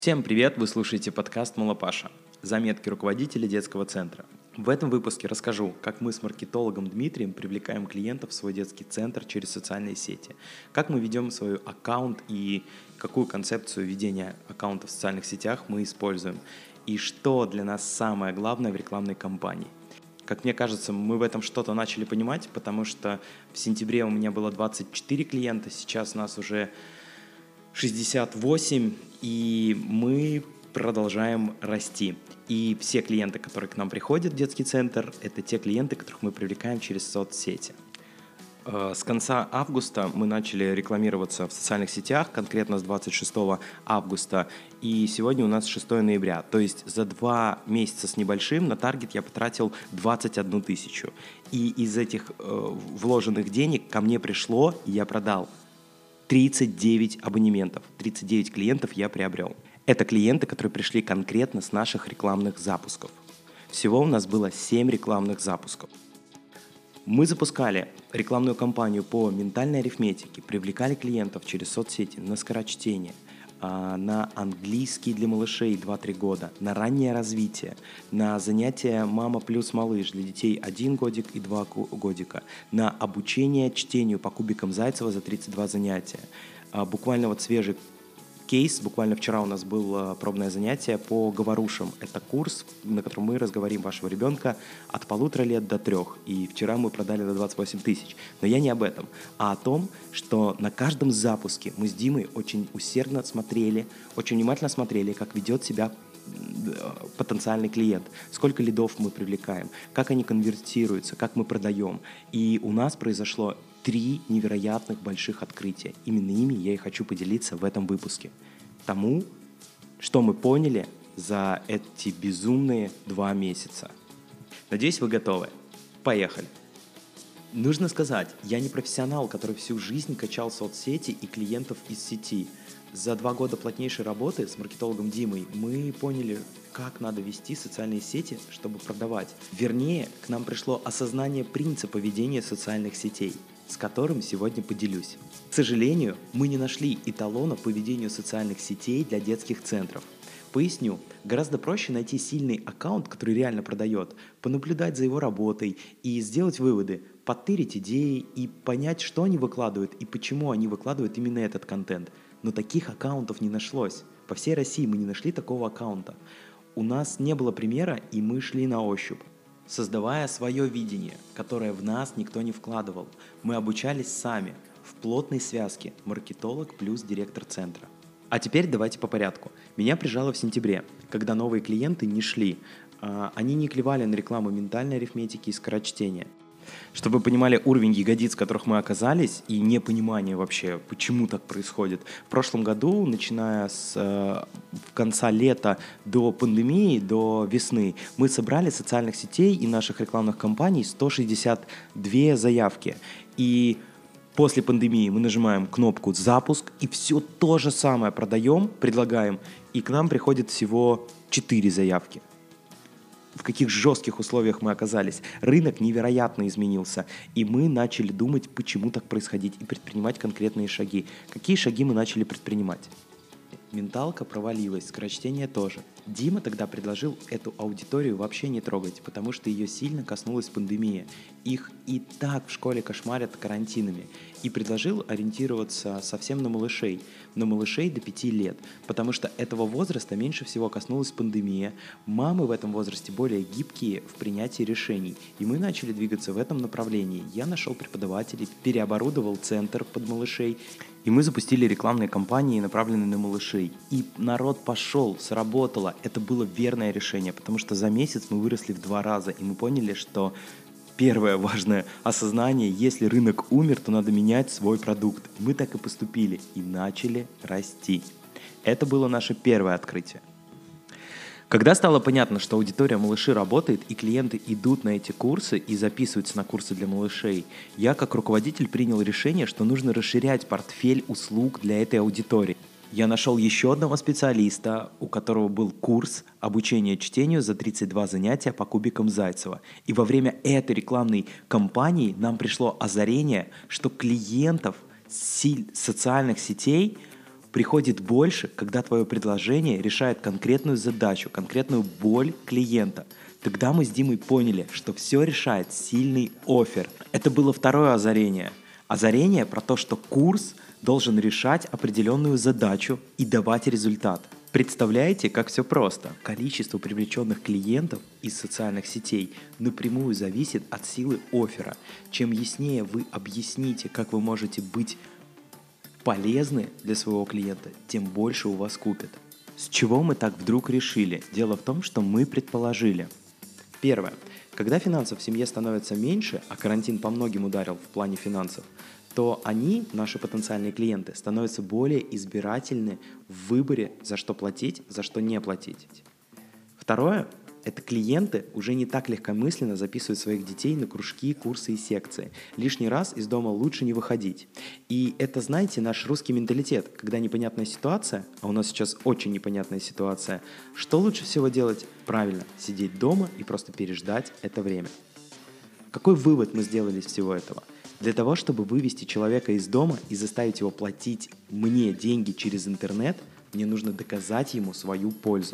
Всем привет! Вы слушаете подкаст «Малопаша». Заметки руководителя детского центра. В этом выпуске расскажу, как мы с маркетологом Дмитрием привлекаем клиентов в свой детский центр через социальные сети, как мы ведем свой аккаунт и какую концепцию ведения аккаунта в социальных сетях мы используем, и что для нас самое главное в рекламной кампании. Как мне кажется, мы в этом что-то начали понимать, потому что в сентябре у меня было 24 клиента, сейчас у нас уже 68, и мы продолжаем расти. И все клиенты, которые к нам приходят в детский центр, это те клиенты, которых мы привлекаем через соцсети. С конца августа мы начали рекламироваться в социальных сетях, конкретно с 26 августа, и сегодня у нас 6 ноября. То есть за 2 месяца с небольшим на таргет я потратил 21 тысячу. И из этих вложенных денег ко мне пришло, и я продал 39 абонементов, 39 клиентов я приобрел. Это клиенты, которые пришли конкретно с наших рекламных запусков. Всего у нас было 7 рекламных запусков. Мы запускали рекламную кампанию по ментальной арифметике, привлекали клиентов через соцсети на скорочтение, на английский для малышей 2-3 года, на раннее развитие, на занятия «Мама плюс малыш» для детей 1 годик и 2 годика, на обучение чтению по кубикам Зайцева за 32 занятия. Буквально вот свежий кейс, буквально вчера у нас было пробное занятие по говорушам. Это курс, на котором мы разговорим вашего ребенка от 1,5 лет до 3. И вчера мы продали на 28 тысяч. Но я не об этом, а о том, что на каждом запуске мы с Димой очень усердно смотрели, очень внимательно смотрели, как ведет себя потенциальный клиент, сколько лидов мы привлекаем, как они конвертируются, как мы продаем. И у нас произошло 3 невероятных больших открытия. Именно ими я и хочу поделиться в этом выпуске. Тому, что мы поняли за эти безумные 2 месяца. Надеюсь, вы готовы. Поехали. Нужно сказать, я не профессионал, который всю жизнь качал соцсети и клиентов из сети. За 2 года плотнейшей работы с маркетологом Димой мы поняли, как надо вести социальные сети, чтобы продавать. Вернее, к нам пришло осознание принципа ведения социальных сетей, с которым сегодня поделюсь. К сожалению, мы не нашли эталона по ведению социальных сетей для детских центров. Поясню, гораздо проще найти сильный аккаунт, который реально продает, понаблюдать за его работой и сделать выводы, подтырить идеи и понять, что они выкладывают и почему они выкладывают именно этот контент. Но таких аккаунтов не нашлось. По всей России мы не нашли такого аккаунта. У нас не было примера, и мы шли на ощупь, создавая свое видение, которое в нас никто не вкладывал. Мы обучались сами, в плотной связке маркетолог плюс директор центра. А теперь давайте по порядку. Меня прижало в сентябре, когда новые клиенты не шли. Они не клевали на рекламу ментальной арифметики и скорочтения. Чтобы вы понимали уровень ягодиц, в которых мы оказались, и непонимание вообще, почему так происходит. В прошлом году, начиная с конца лета до пандемии, до весны, мы собрали с социальных сетей и наших рекламных кампаний 162 заявки. И после пандемии мы нажимаем кнопку «Запуск», и все то же самое продаем, предлагаем, и к нам приходит всего 4 заявки. В каких жестких условиях мы оказались. Рынок невероятно изменился, и мы начали думать, почему так происходит, и предпринимать конкретные шаги. Какие шаги мы начали предпринимать? Менталка провалилась, скорочтение тоже. Дима тогда предложил эту аудиторию вообще не трогать, потому что ее сильно коснулась пандемия. Их и так в школе кошмарят карантинами. И предложил ориентироваться совсем на малышей до 5 лет, потому что этого возраста меньше всего коснулась пандемия. Мамы в этом возрасте более гибкие в принятии решений. И мы начали двигаться в этом направлении. Я нашел преподавателей, переоборудовал центр под малышей. И мы запустили рекламные кампании, направленные на малышей. И народ пошел, сработало. Это было верное решение, потому что за месяц мы выросли в 2 раза. И мы поняли, что первое важное осознание, если рынок умер, то надо менять свой продукт. Мы так и поступили и начали расти. Это было наше первое открытие. Когда стало понятно, что аудитория малыши работает и клиенты идут на эти курсы и записываются на курсы для малышей, я как руководитель принял решение, что нужно расширять портфель услуг для этой аудитории. Я нашел еще одного специалиста, у которого был курс обучения чтению за 32 занятия по кубикам Зайцева. И во время этой рекламной кампании нам пришло озарение, что клиентов социальных сетей Приходит больше, когда твое предложение решает конкретную задачу, конкретную боль клиента. Тогда мы с Димой поняли, что все решает сильный оффер. Это было второе озарение. Озарение про то, что курс должен решать определенную задачу и давать результат. Представляете, как все просто? Количество привлеченных клиентов из социальных сетей напрямую зависит от силы оффера. Чем яснее вы объясните, как вы можете быть полезны для своего клиента, тем больше у вас купят. С чего мы так вдруг решили? Дело в том, что мы предположили. Первое. Когда финансов в семье становится меньше, а карантин по многим ударил в плане финансов, то они, наши потенциальные клиенты, становятся более избирательны в выборе, за что платить, за что не платить. Второе. Это клиенты уже не так легкомысленно записывают своих детей на кружки, курсы и секции. Лишний раз из дома лучше не выходить. И это, знаете, наш русский менталитет. Когда непонятная ситуация, а у нас сейчас очень непонятная ситуация, что лучше всего делать? Правильно, сидеть дома и просто переждать это время. Какой вывод мы сделали из всего этого? Для того, чтобы вывести человека из дома и заставить его платить мне деньги через интернет, мне нужно доказать ему свою пользу.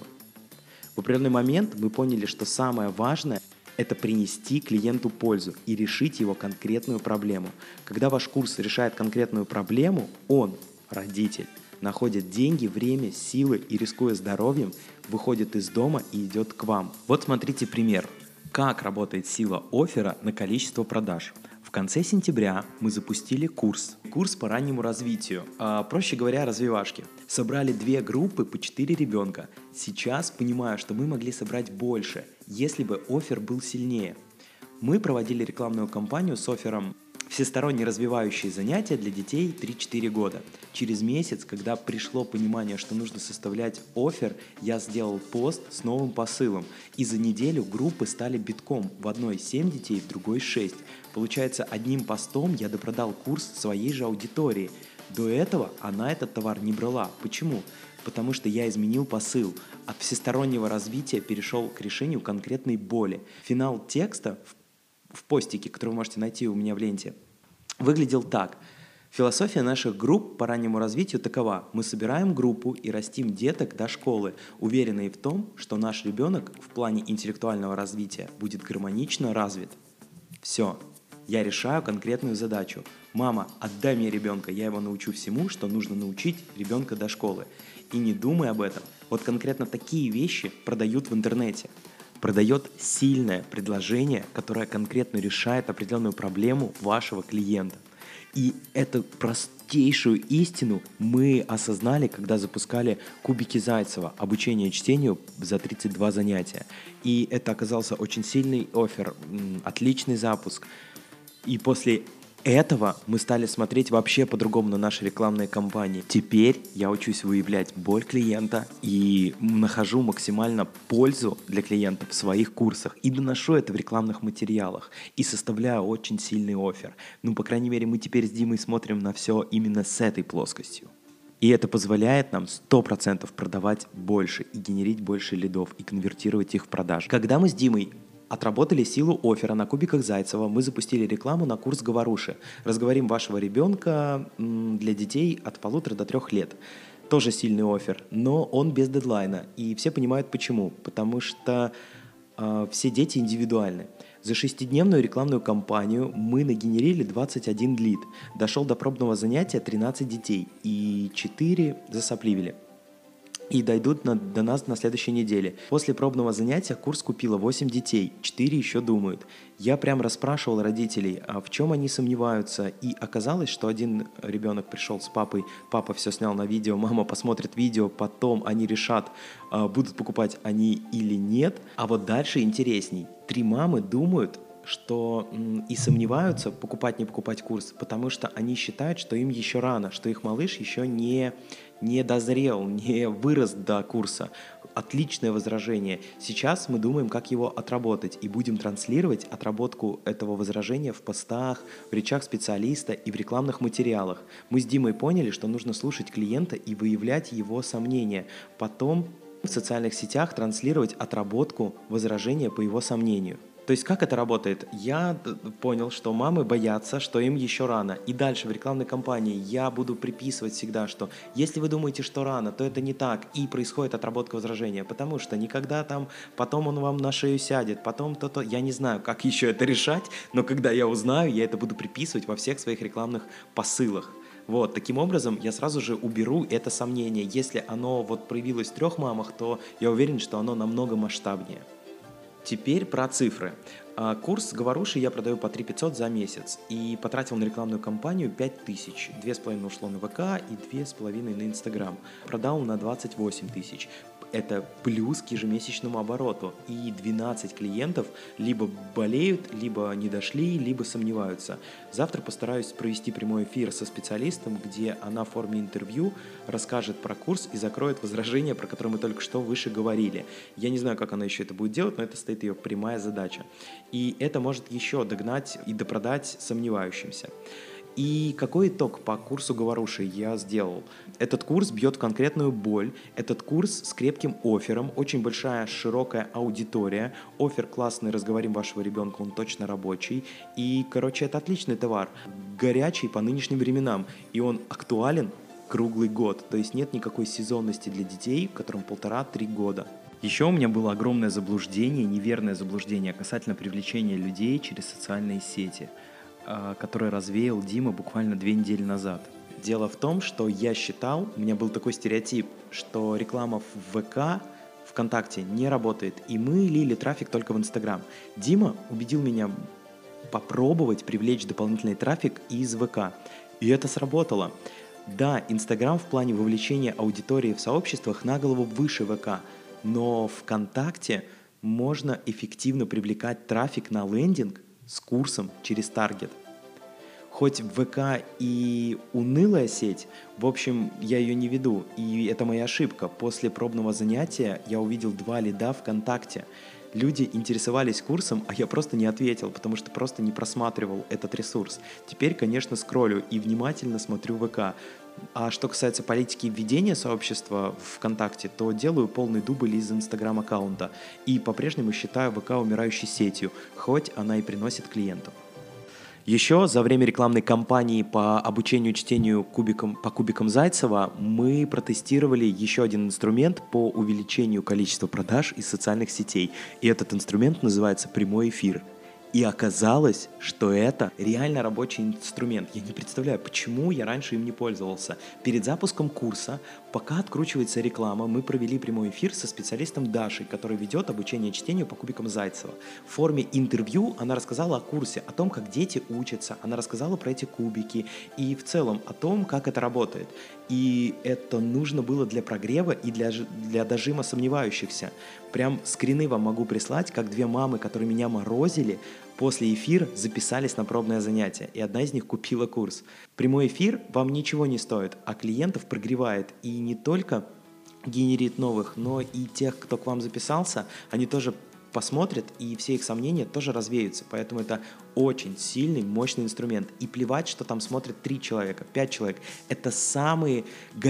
В определенный момент мы поняли, что самое важное – это принести клиенту пользу и решить его конкретную проблему. Когда ваш курс решает конкретную проблему, он, родитель, находит деньги, время, силы и, рискуя здоровьем, выходит из дома и идет к вам. Вот смотрите пример. Как работает сила оффера на количество продаж. В конце сентября мы запустили курс по раннему развитию, проще говоря, развивашки. Собрали 2 группы по 4 ребенка. Сейчас понимаю, что мы могли собрать больше, если бы оффер был сильнее. Мы проводили рекламную кампанию с оффером «Всесторонне развивающие занятия для детей 3-4 года». Через месяц, когда пришло понимание, что нужно составлять оффер, я сделал пост с новым посылом. И за неделю группы стали битком. В одной 7 детей, в другой 6. Получается, одним постом я допродал курс своей же аудитории. До этого она этот товар не брала. Почему? Потому что я изменил посыл. От всестороннего развития перешел к решению конкретной боли. Финал текста в постике, который вы можете найти у меня в ленте, выглядел так. Философия наших групп по раннему развитию такова. Мы собираем группу и растим деток до школы, уверенные в том, что наш ребенок в плане интеллектуального развития будет гармонично развит. Все. Я решаю конкретную задачу. Мама, отдай мне ребенка, я его научу всему, что нужно научить ребенка до школы. И не думай об этом. Вот конкретно такие вещи продают в интернете. Продает сильное предложение, которое конкретно решает определенную проблему вашего клиента. И эту простейшую истину мы осознали, когда запускали кубики Зайцева, обучение чтению за 32 занятия. И это оказался очень сильный оффер, отличный запуск. И после этого мы стали смотреть вообще по-другому на наши рекламные кампании. Теперь я учусь выявлять боль клиента и нахожу максимально пользу для клиента в своих курсах и доношу это в рекламных материалах и составляю очень сильный оффер. Ну, по крайней мере, мы теперь с Димой смотрим на все именно с этой плоскостью. И это позволяет нам 100% продавать больше и генерить больше лидов и конвертировать их в продажи. Когда мы с Димой отработали силу оффера на кубиках Зайцева, мы запустили рекламу на курс «Говоруши». Разговорим вашего ребенка для детей от 1,5 до 3 лет. Тоже сильный оффер, но он без дедлайна. И все понимают почему. Потому что все дети индивидуальны. За 6-дневную рекламную кампанию мы нагенерили 21 лид. Дошел до пробного занятия 13 детей и 4 засопливили. И дойдут до нас на следующей неделе. После пробного занятия курс купило 8 детей, 4 еще думают. Я прям расспрашивал родителей, а в чем они сомневаются. И оказалось, что один ребенок пришел с папой, папа все снял на видео, мама посмотрит видео, потом они решат, будут покупать они или нет. А вот дальше интересней. 3 мамы думают, что и сомневаются, покупать, не покупать курс, потому что они считают, что им еще рано, что их малыш еще не дозрел, не вырос до курса. Отличное возражение. Сейчас мы думаем, как его отработать, и будем транслировать отработку этого возражения в постах, в речах специалиста и в рекламных материалах. Мы с Димой поняли, что нужно слушать клиента и выявлять его сомнения. Потом в социальных сетях транслировать отработку возражения по его сомнению. То есть как это работает? Я понял, что мамы боятся, что им еще рано. И дальше в рекламной кампании я буду приписывать всегда, что если вы думаете, что рано, то это не так. И происходит отработка возражения. Потому что никогда там, потом он вам на шею сядет, потом то-то. Я не знаю, как еще это решать, но когда я узнаю, я это буду приписывать во всех своих рекламных посылах. Вот, таким образом, я сразу же уберу это сомнение. Если оно вот проявилось в 3 мамах, то я уверен, что оно намного масштабнее. Теперь про цифры. Курс Говоруши я продаю по 3 500 за месяц и потратил на рекламную кампанию 5000. 2,5 ушло на ВК и 2,5 на Инстаграм. Продал на 28 тысяч. Это плюс к ежемесячному обороту. И 12 клиентов либо болеют, либо не дошли, либо сомневаются. Завтра постараюсь провести прямой эфир со специалистом, где она в форме интервью расскажет про курс и закроет возражения, про которые мы только что выше говорили. Я не знаю, как она еще это будет делать, но это стоит ее прямая задача. И это может еще догнать и допродать сомневающимся. И какой итог по курсу Говоруши я сделал? Этот курс бьет в конкретную боль. Этот курс с крепким оффером, очень большая, широкая аудитория. Оффер классный, разговорим вашего ребенка, он точно рабочий. И, короче, это отличный товар, горячий по нынешним временам. И он актуален круглый год. То есть нет никакой сезонности для детей, которым 1,5-3 года. Еще у меня было огромное заблуждение, неверное заблуждение касательно привлечения людей через социальные сети, который развеял Дима буквально 2 недели назад. Дело в том, что я считал, у меня был такой стереотип, что реклама в ВК, ВКонтакте не работает, и мы лили трафик только в Инстаграм. Дима убедил меня попробовать привлечь дополнительный трафик из ВК, и это сработало. Да, Инстаграм в плане вовлечения аудитории в сообществах на голову выше ВК, но ВКонтакте можно эффективно привлекать трафик на лендинг с курсом через таргет. Хоть ВК и унылая сеть, в общем, я ее не веду, и это моя ошибка. После пробного занятия я увидел 2 лида ВКонтакте. Люди интересовались курсом, а я просто не ответил, потому что просто не просматривал этот ресурс. Теперь, конечно, скроллю и внимательно смотрю ВК. А что касается политики введения сообщества в ВКонтакте, то делаю полный дубль из Инстаграм-аккаунта. И по-прежнему считаю ВК умирающей сетью, хоть она и приносит клиентов. Еще за время рекламной кампании по обучению чтению по кубикам Зайцева мы протестировали еще один инструмент по увеличению количества продаж из социальных сетей. И этот инструмент называется прямой эфир. И оказалось, что это реально рабочий инструмент. Я не представляю, почему я раньше им не пользовался. Перед запуском курса, пока откручивается реклама, мы провели прямой эфир со специалистом Дашей, который ведет обучение чтению по кубикам Зайцева. В форме интервью она рассказала о курсе, о том, как дети учатся, она рассказала про эти кубики и в целом о том, как это работает. И это нужно было для прогрева и для дожима сомневающихся. Прям скрины вам могу прислать, как 2 мамы, которые меня морозили, после эфира записались на пробное занятие, и одна из них купила курс. Прямой эфир вам ничего не стоит, а клиентов прогревает. И не только генерит новых, но и тех, кто к вам записался, они тоже посмотрят, и все их сомнения тоже развеются. Поэтому это очень сильный, мощный инструмент. И плевать, что там смотрят 3 человека, 5 человек. Это самые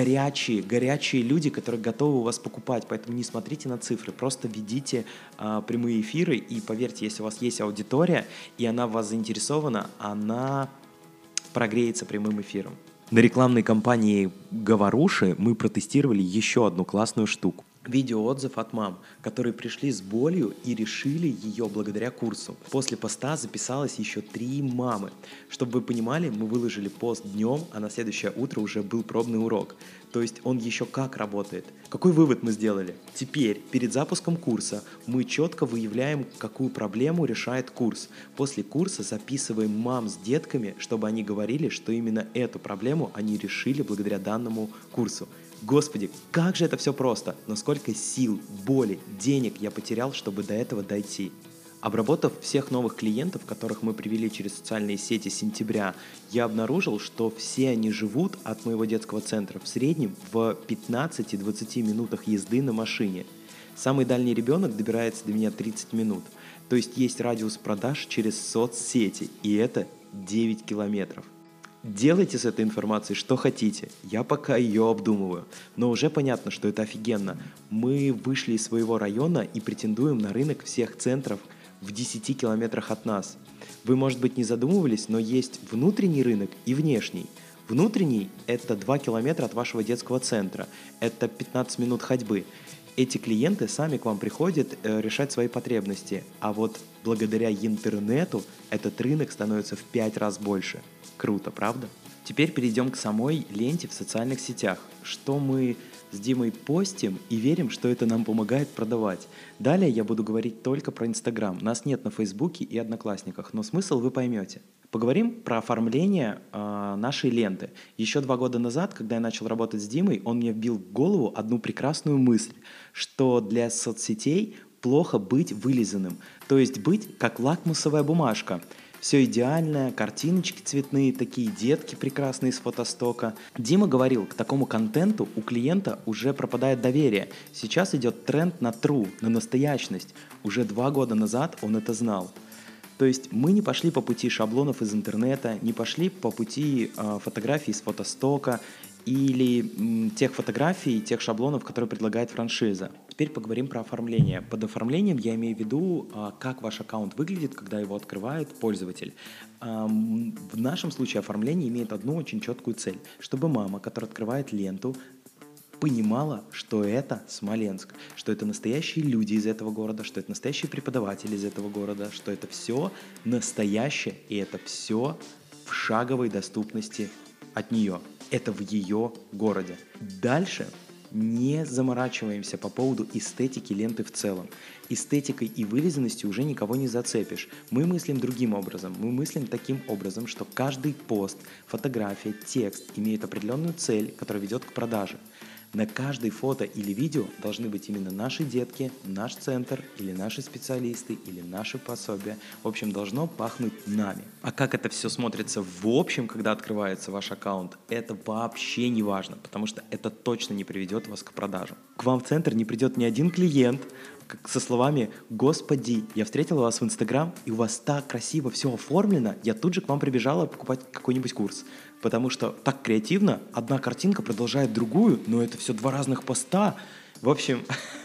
горячие люди, которые готовы у вас покупать. Поэтому не смотрите на цифры, просто ведите прямые эфиры. И поверьте, если у вас есть аудитория, и она в вас заинтересована, она прогреется прямым эфиром. На рекламной кампании Говоруши мы протестировали еще одну классную штуку. Видеоотзыв от мам, которые пришли с болью и решили ее благодаря курсу. После поста записалось еще 3 мамы. Чтобы вы понимали, мы выложили пост днем, а на следующее утро уже был пробный урок. То есть он еще как работает. Какой вывод мы сделали? Теперь, перед запуском курса, мы четко выявляем, какую проблему решает курс. После курса записываем мам с детками, чтобы они говорили, что именно эту проблему они решили благодаря данному курсу. Господи, как же это все просто, но сколько сил, боли, денег я потерял, чтобы до этого дойти. Обработав всех новых клиентов, которых мы привели через социальные сети с сентября, я обнаружил, что все они живут от моего детского центра в среднем в 15-20 минутах езды на машине. Самый дальний ребенок добирается до меня 30 минут. То есть есть радиус продаж через соцсети, и это 9 километров. Делайте с этой информацией что хотите, я пока ее обдумываю, но уже понятно, что это офигенно. Мы вышли из своего района и претендуем на рынок всех центров в 10 километрах от нас. Вы, может быть, не задумывались, но есть внутренний рынок и внешний. Внутренний – это 2 километра от вашего детского центра, это 15 минут ходьбы. Эти клиенты сами к вам приходят решать свои потребности, а вот благодаря интернету этот рынок становится в 5 раз больше. Круто, правда? Теперь перейдем к самой ленте в социальных сетях. Что мы с Димой постим и верим, что это нам помогает продавать. Далее я буду говорить только про Инстаграм. Нас нет на Фейсбуке и Одноклассниках, но смысл вы поймете. Поговорим про оформление нашей ленты. Еще 2 года назад, когда я начал работать с Димой, он мне вбил в голову одну прекрасную мысль, что для соцсетей плохо быть вылизанным, то есть быть как лакмусовая бумажка. Все идеально, картиночки цветные, такие детки прекрасные с фотостока. Дима говорил, к такому контенту у клиента уже пропадает доверие. Сейчас идет тренд на true, на настоящность. Уже 2 года назад он это знал. То есть мы не пошли по пути шаблонов из интернета, не пошли по пути фотографий из фотостока или тех фотографий, тех шаблонов, которые предлагает франшиза. Теперь поговорим про оформление. Под оформлением я имею в виду, как ваш аккаунт выглядит, когда его открывает пользователь. В нашем случае оформление имеет одну очень четкую цель, чтобы мама, которая открывает ленту, понимала, что это Смоленск, что это настоящие люди из этого города, что это настоящие преподаватели из этого города, что это все настоящее, и это все в шаговой доступности от нее. Это в ее городе. Дальше не заморачиваемся по поводу эстетики ленты в целом. Эстетикой и вылизанностью уже никого не зацепишь. Мы мыслим другим образом. Мы мыслим таким образом, что каждый пост, фотография, текст имеет определенную цель, которая ведет к продаже. На каждой фото или видео должны быть именно наши детки, наш центр, или наши специалисты, или наши пособия. В общем, должно пахнуть нами. А как это все смотрится в общем, когда открывается ваш аккаунт, это вообще не важно, потому что это точно не приведет вас к продажам. К вам в центр не придет ни один клиент со словами «Господи, я встретила вас в Инстаграм, и у вас так красиво все оформлено, я тут же к вам прибежала покупать какой-нибудь курс». Потому что так креативно, одна картинка продолжает другую, но это все 2 разных поста. В общем,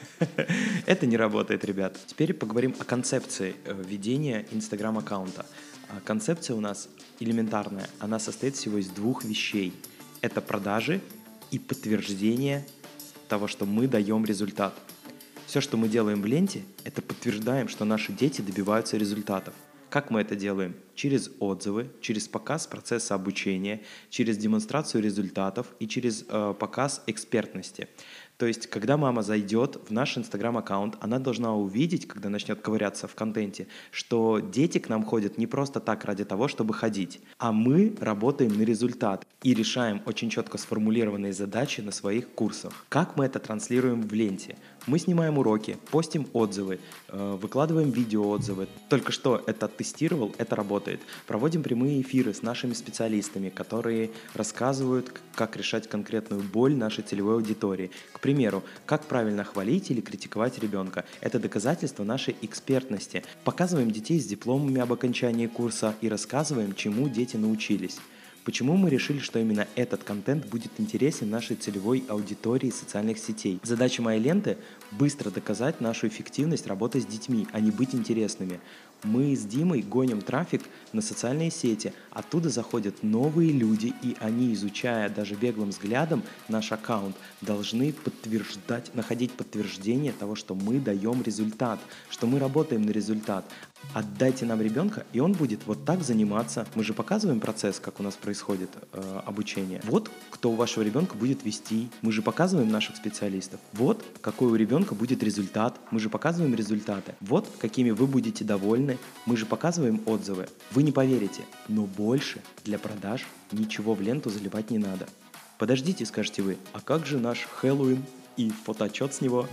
это не работает, ребят. Теперь поговорим о концепции ведения Инстаграм-аккаунта. Концепция у нас элементарная. Она состоит всего из 2 вещей. Это продажи и подтверждение того, что мы даем результат. Все, что мы делаем в ленте, это подтверждаем, что наши дети добиваются результатов. Как мы это делаем? Через отзывы, через показ процесса обучения, через демонстрацию результатов и через показ экспертности. То есть, когда мама зайдет в наш Инстаграм-аккаунт, она должна увидеть, когда начнет ковыряться в контенте, что дети к нам ходят не просто так ради того, чтобы ходить, а мы работаем на результат и решаем очень четко сформулированные задачи на своих курсах. Как мы это транслируем в ленте? Мы снимаем уроки, постим отзывы, выкладываем видеоотзывы. Только что это тестировал, это работает. Проводим прямые эфиры с нашими специалистами, которые рассказывают, как решать конкретную боль нашей целевой аудитории. К примеру, как правильно хвалить или критиковать ребенка. Это доказательство нашей экспертности. Показываем детей с дипломами об окончании курса и рассказываем, чему дети научились. Почему мы решили, что именно этот контент будет интересен нашей целевой аудитории социальных сетей? Задача моей ленты – быстро доказать нашу эффективность работы с детьми, а не быть интересными. Мы с Димой гоним трафик на социальные сети, оттуда заходят новые люди, и они, изучая даже беглым взглядом наш аккаунт, должны находить подтверждение того, что мы даем результат, что мы работаем на результат. Отдайте нам ребенка, и он будет вот так заниматься. Мы же показываем процесс, как у нас происходит обучение. Вот кто у вашего ребенка будет вести. Мы же показываем наших специалистов. Вот какой у ребенка будет результат. Мы же показываем результаты. Вот какими вы будете довольны. Мы же показываем отзывы. Вы не поверите, но больше для продаж ничего в ленту заливать не надо. Подождите, скажете вы, а как же наш Хэллоуин и фотоотчет с него?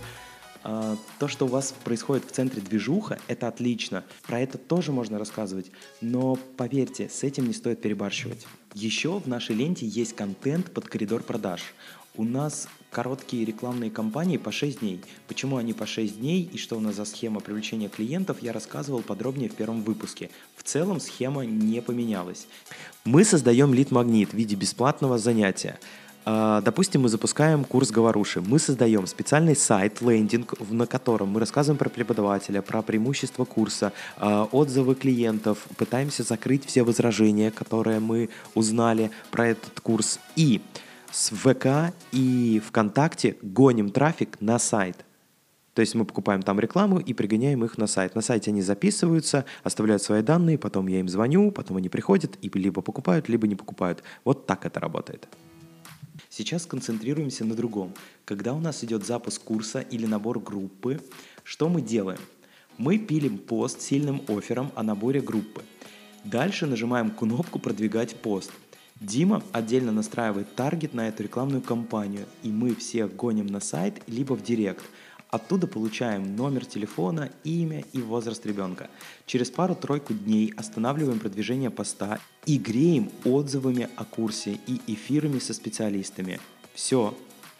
То, что у вас происходит в центре движуха, это отлично. Про это тоже можно рассказывать. Но поверьте, с этим не стоит перебарщивать. Еще в нашей ленте есть контент под коридор продаж. У нас короткие рекламные кампании по 6 дней. Почему они по 6 дней и что у нас за схема привлечения клиентов, я рассказывал подробнее в первом выпуске. В целом схема не поменялась. Мы создаем лид-магнит в виде бесплатного занятия. Допустим, мы запускаем курс Говоруши. Мы создаем специальный сайт, лендинг, на котором мы рассказываем про преподавателя, про преимущества курса, отзывы клиентов, пытаемся закрыть все возражения, которые мы узнали про этот курс. И с ВК и ВКонтакте гоним трафик на сайт. То есть мы покупаем там рекламу и пригоняем их на сайт. На сайте они записываются, оставляют свои данные, потом я им звоню, потом они приходят и либо покупают, либо не покупают. Вот так это работает. Сейчас сконцентрируемся на другом. Когда у нас идет запуск курса или набор группы, что мы делаем? Мы пилим пост с сильным оффером о наборе группы. Дальше нажимаем кнопку «Продвигать пост». Дима отдельно настраивает таргет на эту рекламную кампанию, и мы всех гоним на сайт либо в директ. Оттуда получаем номер телефона, имя и возраст ребенка. Через пару-тройку дней останавливаем продвижение поста и греем отзывами о курсе и эфирами со специалистами. Все.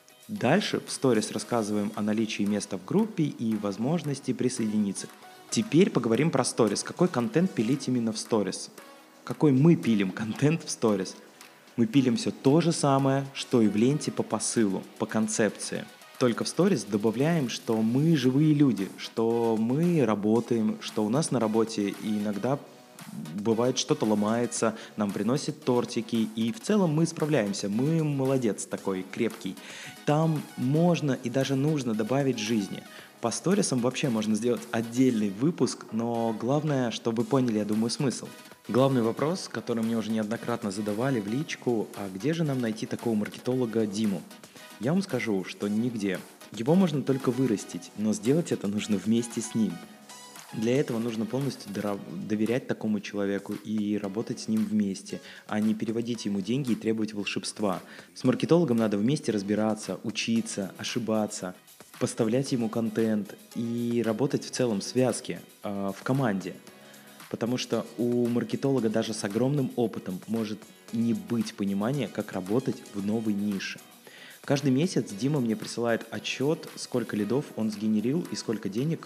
Дальше в сторис рассказываем о наличии места в группе и возможности присоединиться. Теперь поговорим про сторис. Какой контент пилить именно в сторис? Какой мы пилим контент в сторис? Мы пилим все то же самое, что и в ленте по посылу, по концепции. Только в сторис добавляем, что мы живые люди, что мы работаем, что у нас на работе иногда бывает что-то ломается, нам приносят тортики, и в целом мы справляемся, мы молодец такой, крепкий. Там можно и даже нужно добавить жизни. По сторисам вообще можно сделать отдельный выпуск, но главное, чтобы вы поняли, я думаю, смысл. Главный вопрос, который мне уже неоднократно задавали в личку, а где же нам найти такого маркетолога Диму? Я вам скажу, что нигде. Его можно только вырастить, но сделать это нужно вместе с ним. Для этого нужно полностью доверять такому человеку и работать с ним вместе, а не переводить ему деньги и требовать волшебства. С маркетологом надо вместе разбираться, учиться, ошибаться, поставлять ему контент и работать в целом в связке, в команде. Потому что у маркетолога даже с огромным опытом может не быть понимания, как работать в новой нише. Каждый месяц Дима мне присылает отчет, сколько лидов он сгенерил и сколько денег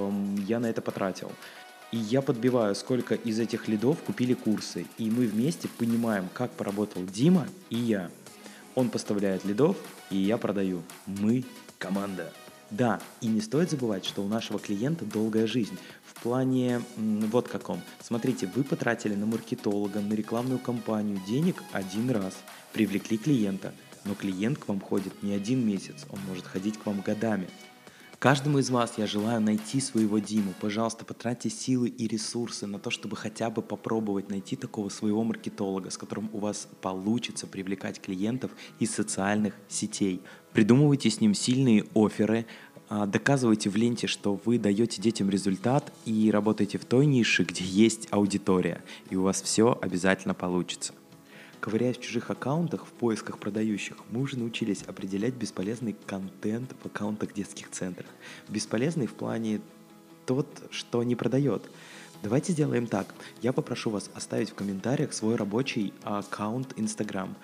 я на это потратил. И я подбиваю, сколько из этих лидов купили курсы. И мы вместе понимаем, как поработал Дима и я. Он поставляет лидов, и я продаю. Мы команда. Да, и не стоит забывать, что у нашего клиента долгая жизнь. В плане вот каком. Смотрите, вы потратили на маркетолога, на рекламную кампанию денег один раз. Привлекли клиента. Но клиент к вам ходит не один месяц, он может ходить к вам годами. Каждому из вас я желаю найти своего Диму. Пожалуйста, потратьте силы и ресурсы на то, чтобы хотя бы попробовать найти такого своего маркетолога, с которым у вас получится привлекать клиентов из социальных сетей. Придумывайте с ним сильные офферы, доказывайте в ленте, что вы даете детям результат и работаете в той нише, где есть аудитория, и у вас все обязательно получится. Ковыряясь в чужих аккаунтах, в поисках продающих, мы уже научились определять бесполезный контент в аккаунтах детских центров. Бесполезный в плане тот, что не продает. Давайте сделаем так. Я попрошу вас оставить в комментариях свой рабочий аккаунт Instagram.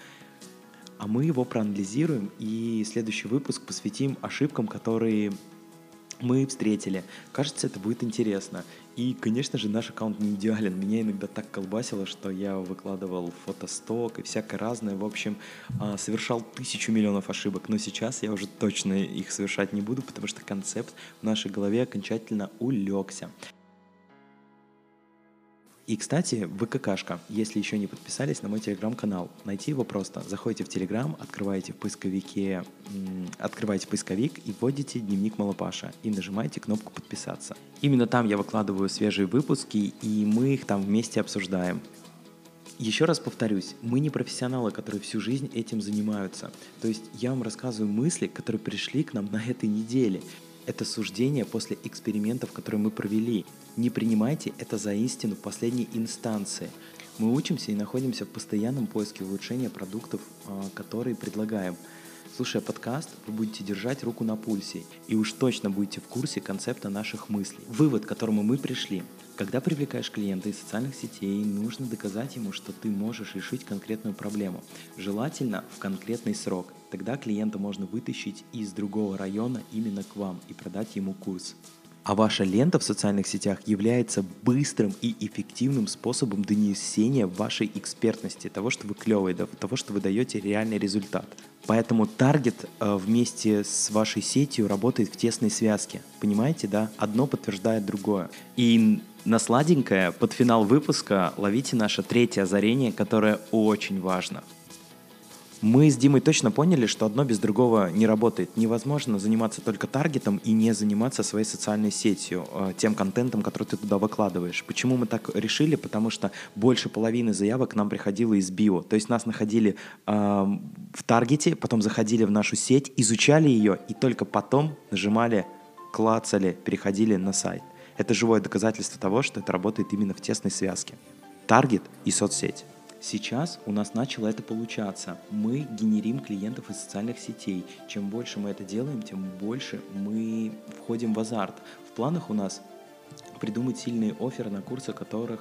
А мы его проанализируем и следующий выпуск посвятим ошибкам, которые мы встретили. Кажется, это будет интересно. И, конечно же, наш аккаунт не идеален. Меня иногда так колбасило, что я выкладывал фотосток и всякое разное. В общем, совершал 1000 миллионов ошибок. Но сейчас я уже точно их совершать не буду, потому что концепт в нашей голове окончательно улегся. И, кстати, ВККшка, если еще не подписались на мой телеграм-канал, найти его просто. Заходите в телеграм, открываете поисковик и вводите «Дневник Малопаша» и нажимаете кнопку «Подписаться». Именно там я выкладываю свежие выпуски, и мы их там вместе обсуждаем. Еще раз повторюсь, мы не профессионалы, которые всю жизнь этим занимаются. То есть я вам рассказываю мысли, которые пришли к нам на этой неделе. Это суждение после экспериментов, которые мы провели. Не принимайте это за истину последней инстанции. Мы учимся и находимся в постоянном поиске улучшения продуктов, которые предлагаем. Слушая подкаст, вы будете держать руку на пульсе и уж точно будете в курсе концепта наших мыслей. Вывод, к которому мы пришли. Когда привлекаешь клиента из социальных сетей, нужно доказать ему, что ты можешь решить конкретную проблему. Желательно в конкретный срок. Тогда клиента можно вытащить из другого района именно к вам и продать ему курс. А ваша лента в социальных сетях является быстрым и эффективным способом донесения вашей экспертности, того, что вы клевый, того, что вы даете реальный результат. Поэтому таргет вместе с вашей сетью работает в тесной связке. Понимаете, да? Одно подтверждает другое. И на сладенькое под финал выпуска ловите наше третье озарение, которое очень важно. Мы с Димой точно поняли, что одно без другого не работает. Невозможно заниматься только таргетом и не заниматься своей социальной сетью, тем контентом, который ты туда выкладываешь. Почему мы так решили? Потому что больше половины заявок к нам приходило из био. То есть нас находили в таргете, потом заходили в нашу сеть, изучали ее и только потом нажимали, клацали, переходили на сайт. Это живое доказательство того, что это работает именно в тесной связке. Таргет и соцсеть. Сейчас у нас начало это получаться. Мы генерим клиентов из социальных сетей. Чем больше мы это делаем, тем больше мы входим в азарт. В планах у нас придумать сильные офферы на курсы,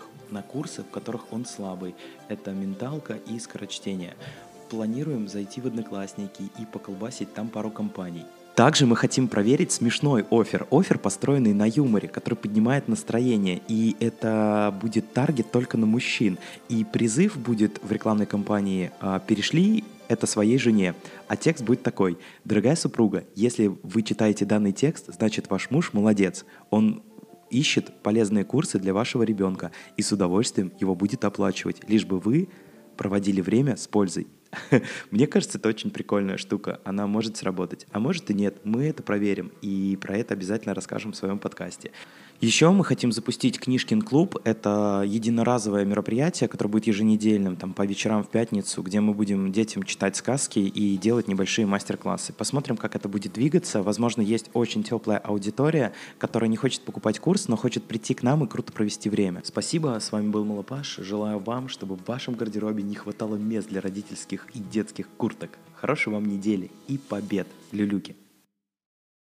в которых он слабый. Это менталка и скорочтение. Планируем зайти в Одноклассники и поколбасить там пару компаний. Также мы хотим проверить смешной оффер. Оффер, построенный на юморе, который поднимает настроение. И это будет таргет только на мужчин. И призыв будет в рекламной кампании «Перешли это своей жене». А текст будет такой: «Дорогая супруга, если вы читаете данный текст, значит ваш муж молодец. Он ищет полезные курсы для вашего ребенка и с удовольствием его будет оплачивать, лишь бы вы проводили время с пользой». Мне кажется, это очень прикольная штука. Она может сработать, а может и нет. Мы это проверим и про это обязательно расскажем в своем подкасте. Еще мы хотим запустить Книжкин клуб. Это единоразовое мероприятие, которое будет еженедельным, там, по вечерам в пятницу, где мы будем детям читать сказки и делать небольшие мастер-классы. Посмотрим, как это будет двигаться. Возможно, есть очень теплая аудитория, которая не хочет покупать курс, но хочет прийти к нам и круто провести время. Спасибо, с вами был Малопаш. Желаю вам, чтобы в вашем гардеробе не хватало мест для родительских и детских курток. Хорошей вам недели и побед, люлюки!